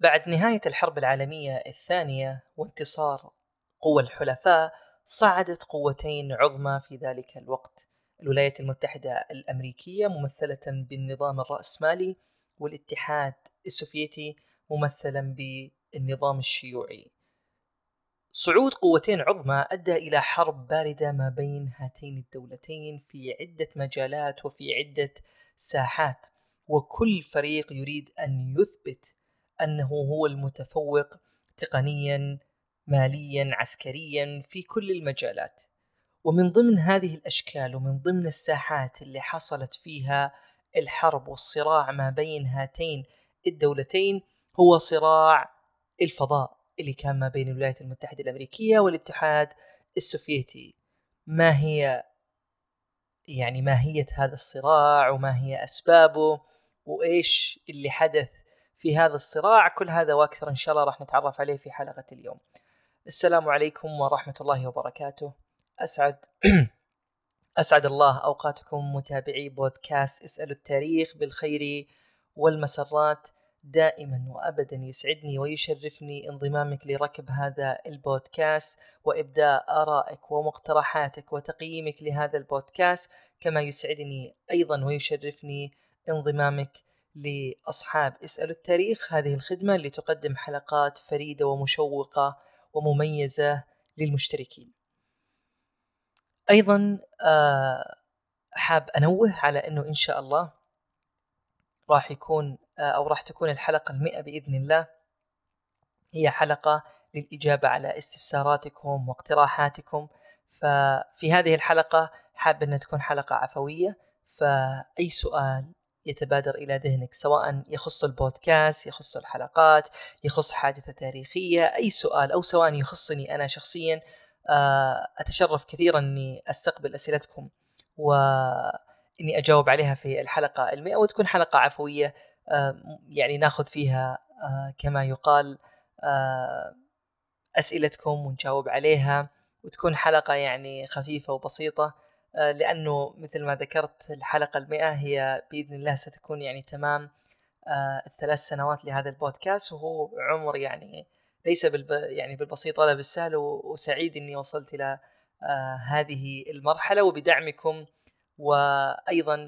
بعد نهاية الحرب العالمية الثانية وانتصار قوى الحلفاء، صعدت قوتين عظمى في ذلك الوقت: الولايات المتحدة الأمريكية ممثلة بالنظام الرأسمالي، والاتحاد السوفيتي ممثلا بالنظام الشيوعي. صعود قوتين عظمى أدى إلى حرب باردة ما بين هاتين الدولتين في عدة مجالات وفي عدة ساحات، وكل فريق يريد أن يثبت أنه هو المتفوق تقنيا، ماليا، عسكريا، في كل المجالات. ومن ضمن هذه الأشكال ومن ضمن الساحات اللي حصلت فيها الحرب والصراع ما بين هاتين الدولتين هو صراع الفضاء اللي كان ما بين الولايات المتحدة الأمريكية والاتحاد السوفيتي. ما هي ماهية هذا الصراع، وما هي أسبابه، وإيش اللي حدث في هذا الصراع؟ كل هذا وأكثر إن شاء الله راح نتعرف عليه في حلقة اليوم. السلام عليكم ورحمة الله وبركاته. أسعد الله أوقاتكم متابعي بودكاست اسألوا التاريخ بالخير والمسرات. دائما وأبدا يسعدني ويشرفني انضمامك لركب هذا البودكاست وإبداء آرائك ومقترحاتك وتقييمك لهذا البودكاست، كما يسعدني أيضا ويشرفني انضمامك لأصحاب اسألوا التاريخ، هذه الخدمة اللي تقدم حلقات فريدة ومشوقة ومميزة للمشتركين. أيضا حاب أنوه على أنه إن شاء الله راح تكون الحلقة 100 بإذن الله هي حلقة للإجابة على استفساراتكم واقتراحاتكم. ففي هذه الحلقة حاب أن تكون حلقة عفوية، فأي سؤال يتبادر إلى ذهنك سواء يخص البودكاست، يخص الحلقات، يخص حادثة تاريخية، أي سؤال، أو سواء يخصني أنا شخصيا، أتشرف كثيرا أني أستقبل أسئلتكم وإني أجاوب عليها في الحلقة 100، وتكون حلقة عفوية يعني ناخذ فيها كما يقال أسئلتكم ونجاوب عليها، وتكون حلقة يعني خفيفة وبسيطة، لأنه مثل ما ذكرت الحلقة 100 هي بإذن الله ستكون يعني تمام 3 سنوات لهذا البودكاست، وهو عمر يعني ليس بالبسيط ولا بالسهل، وسعيد أني وصلت إلى هذه المرحلة، وبدعمكم وأيضا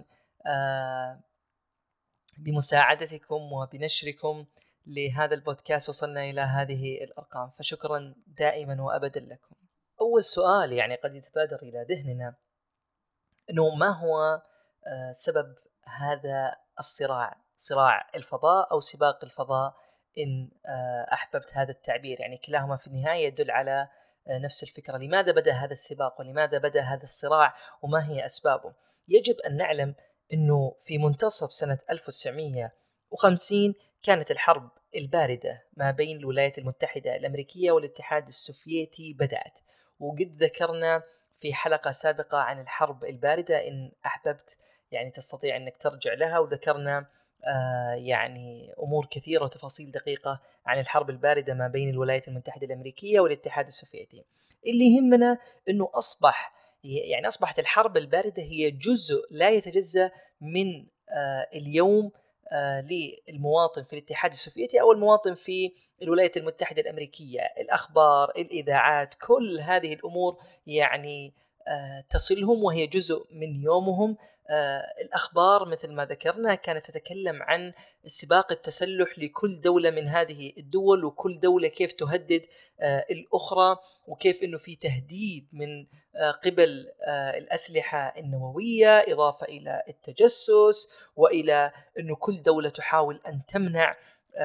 بمساعدتكم وبنشركم لهذا البودكاست وصلنا إلى هذه الأرقام، فشكرا دائما وأبدا لكم. أول سؤال يعني قد يتبادر إلى ذهننا أنه ما هو سبب هذا الصراع، صراع الفضاء أو سباق الفضاء إن أحببت هذا التعبير، يعني كلاهما في النهاية يدل على نفس الفكرة. لماذا بدأ هذا السباق ولماذا بدأ هذا الصراع وما هي أسبابه؟ يجب أن نعلم أنه في منتصف سنة 1950 كانت الحرب الباردة ما بين الولايات المتحدة الأمريكية والاتحاد السوفيتي بدأت، وقد ذكرنا في حلقة سابقة عن الحرب الباردة إن أحببت يعني تستطيع أنك ترجع لها، وذكرنا يعني أمور كثيرة وتفاصيل دقيقة عن الحرب الباردة ما بين الولايات المتحدة الأمريكية والاتحاد السوفيتي. اللي يهمنا أنه أصبحت الحرب الباردة هي جزء لا يتجزأ من اليوم للمواطن في الاتحاد السوفيتي أو المواطن في الولايات المتحدة الأمريكية. الأخبار، الإذاعات، كل هذه الأمور يعني تصلهم وهي جزء من يومهم. الأخبار مثل ما ذكرنا كانت تتكلم عن سباق التسلح لكل دولة من هذه الدول، وكل دولة كيف تهدد الأخرى، وكيف أنه في تهديد من قبل الأسلحة النووية، إضافة إلى التجسس، وإلى أنه كل دولة تحاول أن تمنع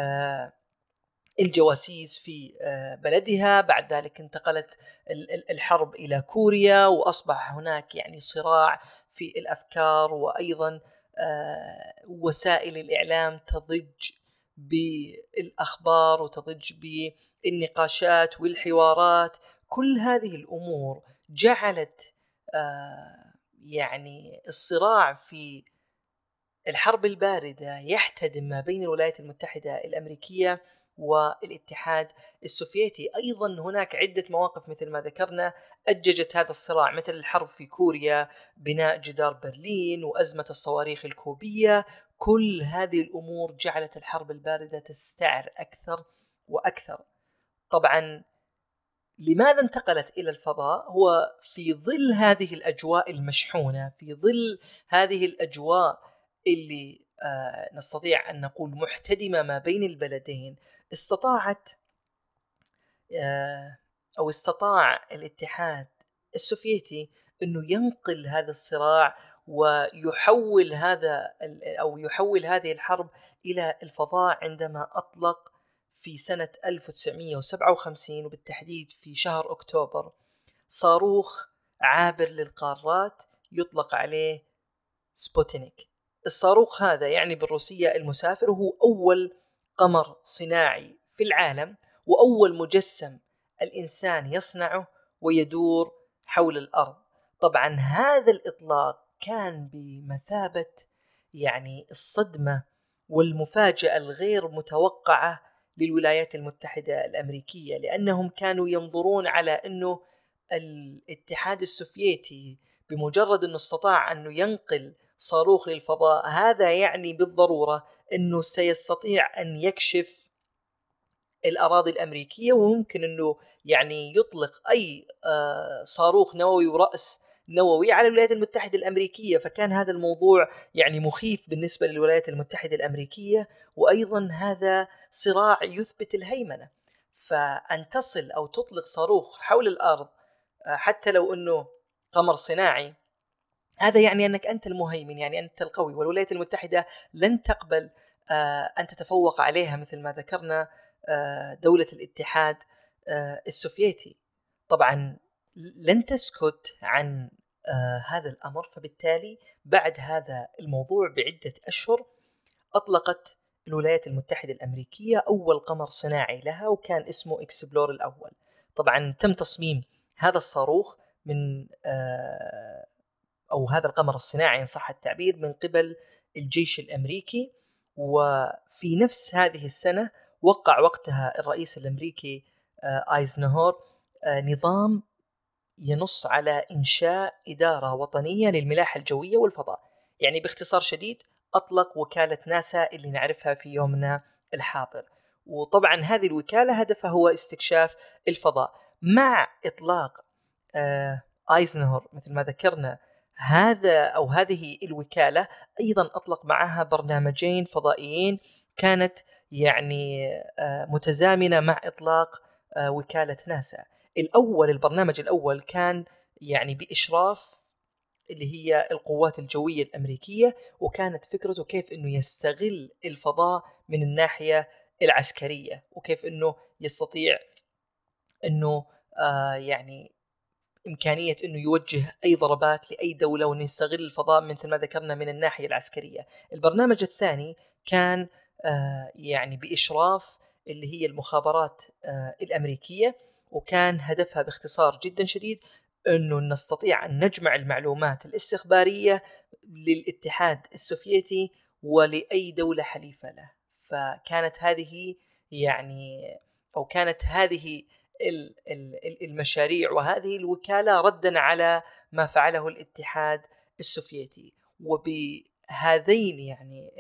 الجواسيس في بلدها. بعد ذلك انتقلت الحرب إلى كوريا، وأصبح هناك يعني صراع في الأفكار، وأيضا وسائل الإعلام تضج بالأخبار وتضج بالنقاشات والحوارات. كل هذه الأمور جعلت يعني الصراع في الحرب الباردة يحتدم ما بين الولايات المتحدة الأمريكية والاتحاد السوفيتي. أيضا هناك عدة مواقف مثل ما ذكرنا أججت هذا الصراع، مثل الحرب في كوريا، بناء جدار برلين، وأزمة الصواريخ الكوبية. كل هذه الأمور جعلت الحرب الباردة تستعر أكثر وأكثر. طبعا لماذا انتقلت إلى الفضاء؟ هو في ظل هذه الأجواء المشحونة، في ظل هذه الأجواء اللي نستطيع أن نقول محتدمة ما بين البلدين، استطاع الاتحاد السوفيتي أنه ينقل هذا الصراع ويحول يحول هذه الحرب إلى الفضاء عندما أطلق في سنة 1957 وبالتحديد في شهر أكتوبر صاروخ عابر للقارات يطلق عليه سبوتينيك. الصاروخ هذا يعني بالروسية المسافر، وهو أول قمر صناعي في العالم وأول مجسم الإنسان يصنعه ويدور حول الأرض. طبعا هذا الإطلاق كان بمثابة يعني الصدمة والمفاجأة الغير متوقعة للولايات المتحدة الأمريكية، لأنهم كانوا ينظرون على أنه الاتحاد السوفيتي بمجرد أنه استطاع أنه ينقل صاروخ للفضاء، هذا يعني بالضرورة أنه سيستطيع أن يكشف الأراضي الأمريكية، وممكن أنه يعني يطلق أي صاروخ نووي ورأس نووي على الولايات المتحدة الأمريكية. فكان هذا الموضوع يعني مخيف بالنسبة للولايات المتحدة الأمريكية، وأيضا هذا صراع يثبت الهيمنة. فأن تصل أو تطلق صاروخ حول الأرض حتى لو أنه قمر صناعي، هذا يعني أنك أنت المهيمن، يعني أنت القوي، والولايات المتحدة لن تقبل أن تتفوق عليها مثل ما ذكرنا دولة الاتحاد السوفيتي. طبعا لن تسكت عن هذا الأمر، فبالتالي بعد هذا الموضوع بعدة أشهر أطلقت الولايات المتحدة الأمريكية أول قمر صناعي لها، وكان اسمه إكسبلور الأول. طبعا تم تصميم هذا الصاروخ من أو هذا القمر الصناعي إن صح التعبير من قبل الجيش الأمريكي. وفي نفس هذه السنة وقع وقتها الرئيس الأمريكي آيزنهور نظام ينص على إنشاء إدارة وطنية للملاحة الجوية والفضاء. يعني باختصار شديد أطلق وكالة ناسا اللي نعرفها في يومنا الحاضر. وطبعا هذه الوكالة هدفها هو استكشاف الفضاء. مع إطلاق آيزنهور مثل ما ذكرنا هذه الوكالة، أيضا أطلق معها برنامجين فضائيين كانت يعني متزامنة مع إطلاق وكالة ناسا. البرنامج الأول كان يعني بإشراف اللي هي القوات الجوية الأمريكية، وكانت فكرته كيف أنه يستغل الفضاء من الناحية العسكرية، وكيف أنه يستطيع أنه يعني إمكانية أنه يوجه أي ضربات لأي دولة، وأنه يستغل الفضاء مثل ما ذكرنا من الناحية العسكرية. البرنامج الثاني كان يعني بإشراف اللي هي المخابرات الأمريكية، وكان هدفها باختصار جدا شديد أنه نستطيع أن نجمع المعلومات الاستخبارية للاتحاد السوفيتي ولأي دولة حليفة له. فكانت هذه كانت هذه المشاريع وهذه الوكالة ردا على ما فعله الاتحاد السوفيتي. وبهذين يعني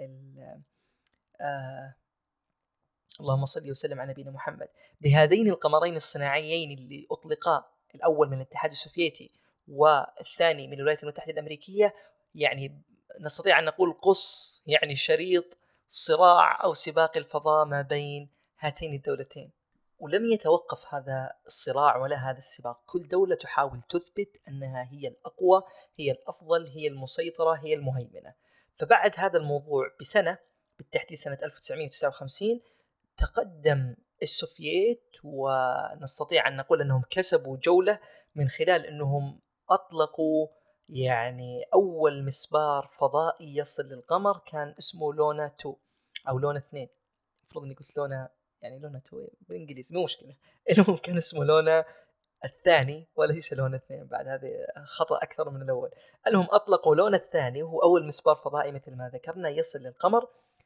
اللهم صل وسلم على نبينا محمد، بهذين القمرين الصناعيين اللي أطلقا، الأول من الاتحاد السوفيتي والثاني من الولايات المتحدة الأمريكية، يعني نستطيع أن نقول قص يعني شريط صراع أو سباق الفضاء ما بين هاتين الدولتين. ولم يتوقف هذا الصراع ولا هذا السباق، كل دولة تحاول تثبت أنها هي الأقوى، هي الأفضل، هي المسيطرة، هي المهيمنة. فبعد هذا الموضوع بسنة، بالتحديد سنة 1959، تقدم السوفييت، ونستطيع أن نقول أنهم كسبوا جولة من خلال أنهم أطلقوا يعني أول مسبار فضائي يصل للقمر، كان اسمه لونا 2 أو لونا 2. المفروض أني قلت لونا 2 بالإنجليزي، مو مشكلة. المهم كان اسمه لونا الثاني وليس لونا 2، بعد هذا خطأ أكثر من الأول. المهم أطلقوا لونا الثاني، وهو أول مسبار فضائي مثل ما ذكرنا يصل للقمر.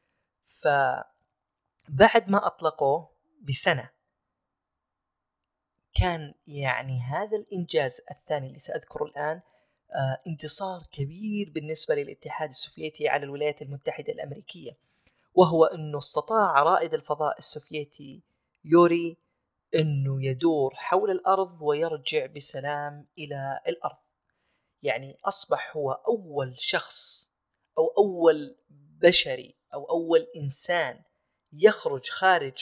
فبعد ما أطلقوه بسنة، كان يعني هذا الإنجاز الثاني اللي سأذكره الآن انتصار كبير بالنسبة للاتحاد السوفيتي على الولايات المتحدة الأمريكية، وهو أنه استطاع رائد الفضاء السوفيتي يوري أنه يدور حول الأرض ويرجع بسلام إلى الأرض. يعني أصبح هو أول شخص أو أول بشري أو أول إنسان يخرج خارج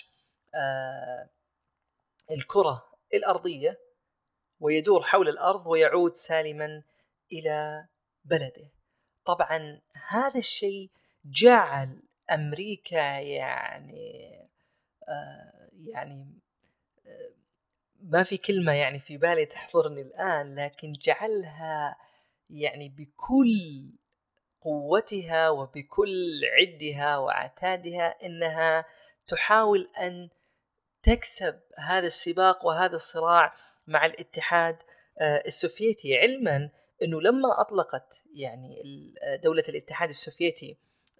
الكرة الأرضية ويدور حول الأرض ويعود سالما إلى بلده. طبعا هذا الشيء جعل أمريكا يعني ما في كلمة يعني في بالي تحضرني الآن، لكن جعلها يعني بكل قوتها وبكل عدها وعتادها إنها تحاول أن تكسب هذا السباق وهذا الصراع مع الاتحاد السوفيتي، علما أنه لما أطلقت يعني دولة الاتحاد السوفيتي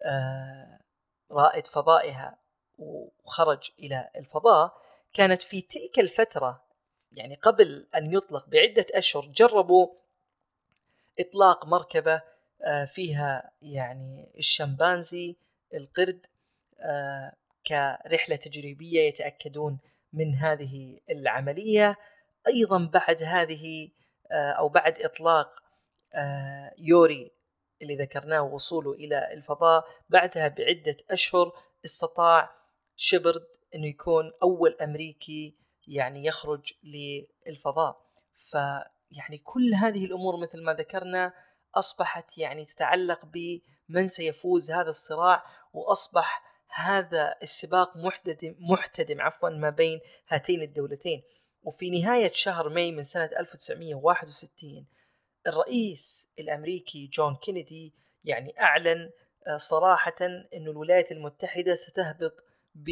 رائد فضائها وخرج إلى الفضاء، كانت في تلك الفترة يعني قبل أن يطلق بعدة أشهر جربوا إطلاق مركبة فيها يعني الشمبانزي القرد كرحلة تجريبية يتأكدون من هذه العملية. أيضا بعد هذه أو بعد إطلاق يوري اللي ذكرناه وصوله إلى الفضاء، بعدها بعدة أشهر استطاع شيبرد أنه يكون أول أمريكي يعني يخرج للفضاء. فيعني كل هذه الأمور مثل ما ذكرنا أصبحت يعني تتعلق بمن سيفوز هذا الصراع، وأصبح هذا السباق محتدم ما بين هاتين الدولتين. وفي نهاية شهر ماي من سنة 1961 الرئيس الأمريكي جون كينيدي يعني أعلن صراحة أن الولايات المتحدة ستهبط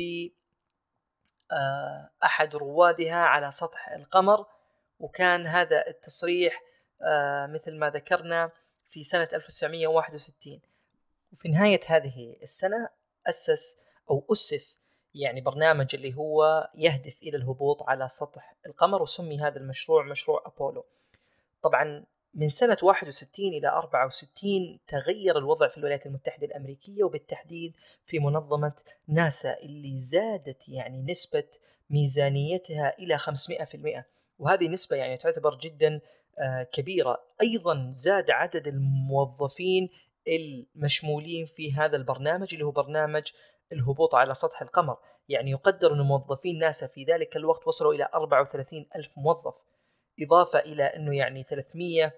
بأحد روادها على سطح القمر، وكان هذا التصريح مثل ما ذكرنا في سنة 1961. وفي نهاية هذه السنة أسس يعني برنامج اللي هو يهدف إلى الهبوط على سطح القمر، وسمي هذا المشروع مشروع أبولو. طبعا من سنة 61 إلى 64 تغير الوضع في الولايات المتحدة الأمريكية، وبالتحديد في منظمة ناسا اللي زادت يعني نسبة ميزانيتها إلى 500%، وهذه نسبة يعني تعتبر جدا كبيرة. أيضا زاد عدد الموظفين المشمولين في هذا البرنامج اللي هو برنامج الهبوط على سطح القمر. يعني يقدر أن موظفين ناسا في ذلك الوقت وصلوا إلى 34 ألف موظف، إضافة إلى أنه يعني 300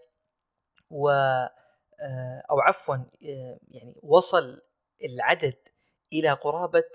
يعني وصل العدد إلى قرابة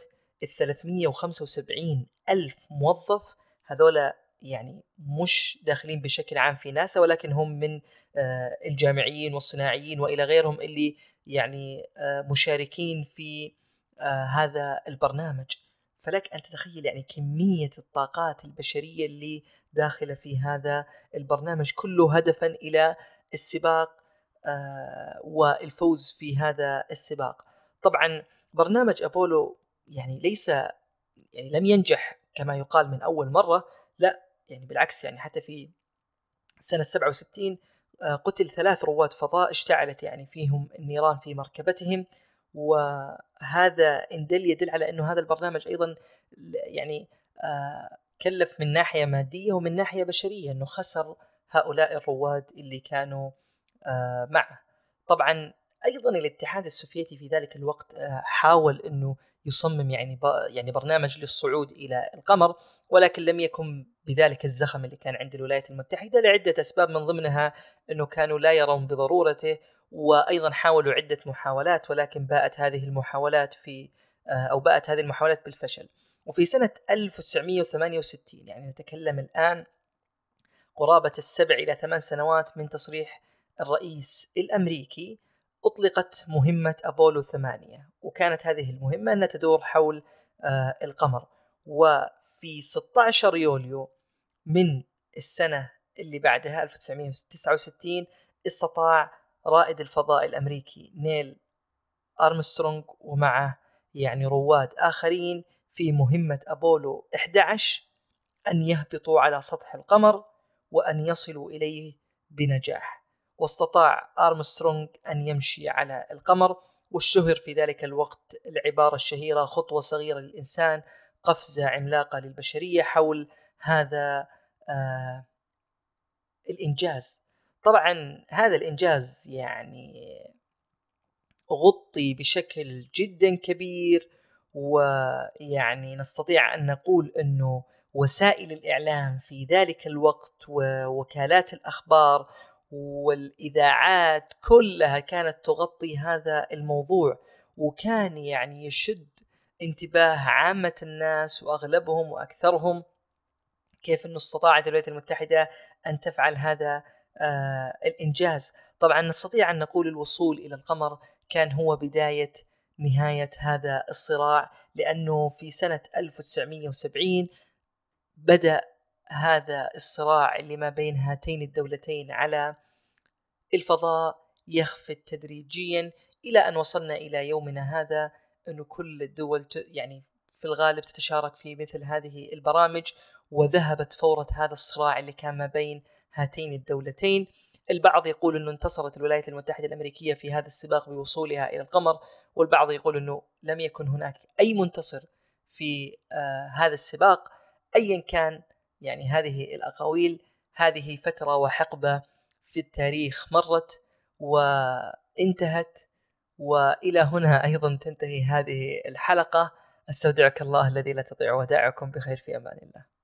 375 ألف موظف. هذولا يعني مش داخلين بشكل عام في ناسا، ولكن هم من الجامعيين والصناعيين وإلى غيرهم اللي يعني مشاركين في هذا البرنامج. فلك أن تتخيل يعني كمية الطاقات البشرية اللي داخلة في هذا البرنامج، كله هدفا إلى السباق والفوز في هذا السباق. طبعا برنامج أبولو يعني ليس يعني لم ينجح كما يقال من أول مرة، لا يعني بالعكس، يعني حتى في سنة 67 قتل 3 رواد فضاء اشتعلت يعني فيهم النيران في مركبتهم، وهذا إن يدل على أنه هذا البرنامج أيضا يعني كلف من ناحية مادية ومن ناحية بشرية، أنه خسر هؤلاء الرواد اللي كانوا معه. طبعا أيضا الاتحاد السوفيتي في ذلك الوقت حاول أنه يصمم يعني برنامج للصعود إلى القمر، ولكن لم يكن بذلك الزخم اللي كان عند الولايات المتحدة لعدة أسباب، من ضمنها أنه كانوا لا يرون بضرورته، وأيضا حاولوا عدة محاولات ولكن باءت هذه المحاولات بالفشل. وفي سنة 1968 يعني نتكلم الآن قرابة 7 إلى 8 سنوات من تصريح الرئيس الأمريكي، أطلقت مهمة أبولو 8، وكانت هذه المهمة أن تدور حول القمر. وفي 16 يوليو من السنة اللي بعدها 1969 استطاع رائد الفضاء الأمريكي نيل أرمسترونغ ومعه يعني رواد آخرين في مهمة أبولو 11 أن يهبطوا على سطح القمر وأن يصلوا إليه بنجاح. واستطاع أرمسترونغ أن يمشي على القمر، واشتهر في ذلك الوقت العبارة الشهيرة: خطوة صغيرة للإنسان، قفزة عملاقة للبشرية، حول هذا الإنجاز. طبعا هذا الإنجاز يعني غطي بشكل جدا كبير، ويعني نستطيع أن نقول أنه وسائل الإعلام في ذلك الوقت ووكالات الأخبار والإذاعات كلها كانت تغطي هذا الموضوع، وكان يعني يشد انتباه عامة الناس وأغلبهم وأكثرهم كيف أنه استطاعت الولايات المتحدة أن تفعل هذا الإنجاز. طبعا نستطيع أن نقول الوصول إلى القمر كان هو بداية نهاية هذا الصراع، لأنه في سنة 1970 بدأ هذا الصراع اللي ما بين هاتين الدولتين على الفضاء يخفت تدريجيا، إلى أن وصلنا إلى يومنا هذا أنه كل الدول يعني في الغالب تتشارك في مثل هذه البرامج، وذهبت فورة هذا الصراع اللي كان ما بين هاتين الدولتين. البعض يقول أنه انتصرت الولايات المتحدة الأمريكية في هذا السباق بوصولها إلى القمر، والبعض يقول أنه لم يكن هناك أي منتصر في هذا السباق. أيا كان يعني هذه الأقاويل، هذه فترة وحقبة في التاريخ مرت وانتهت، وإلى هنا أيضا تنتهي هذه الحلقة. استودعك الله الذي لا تضيع ودائعكم، بخير، في أمان الله.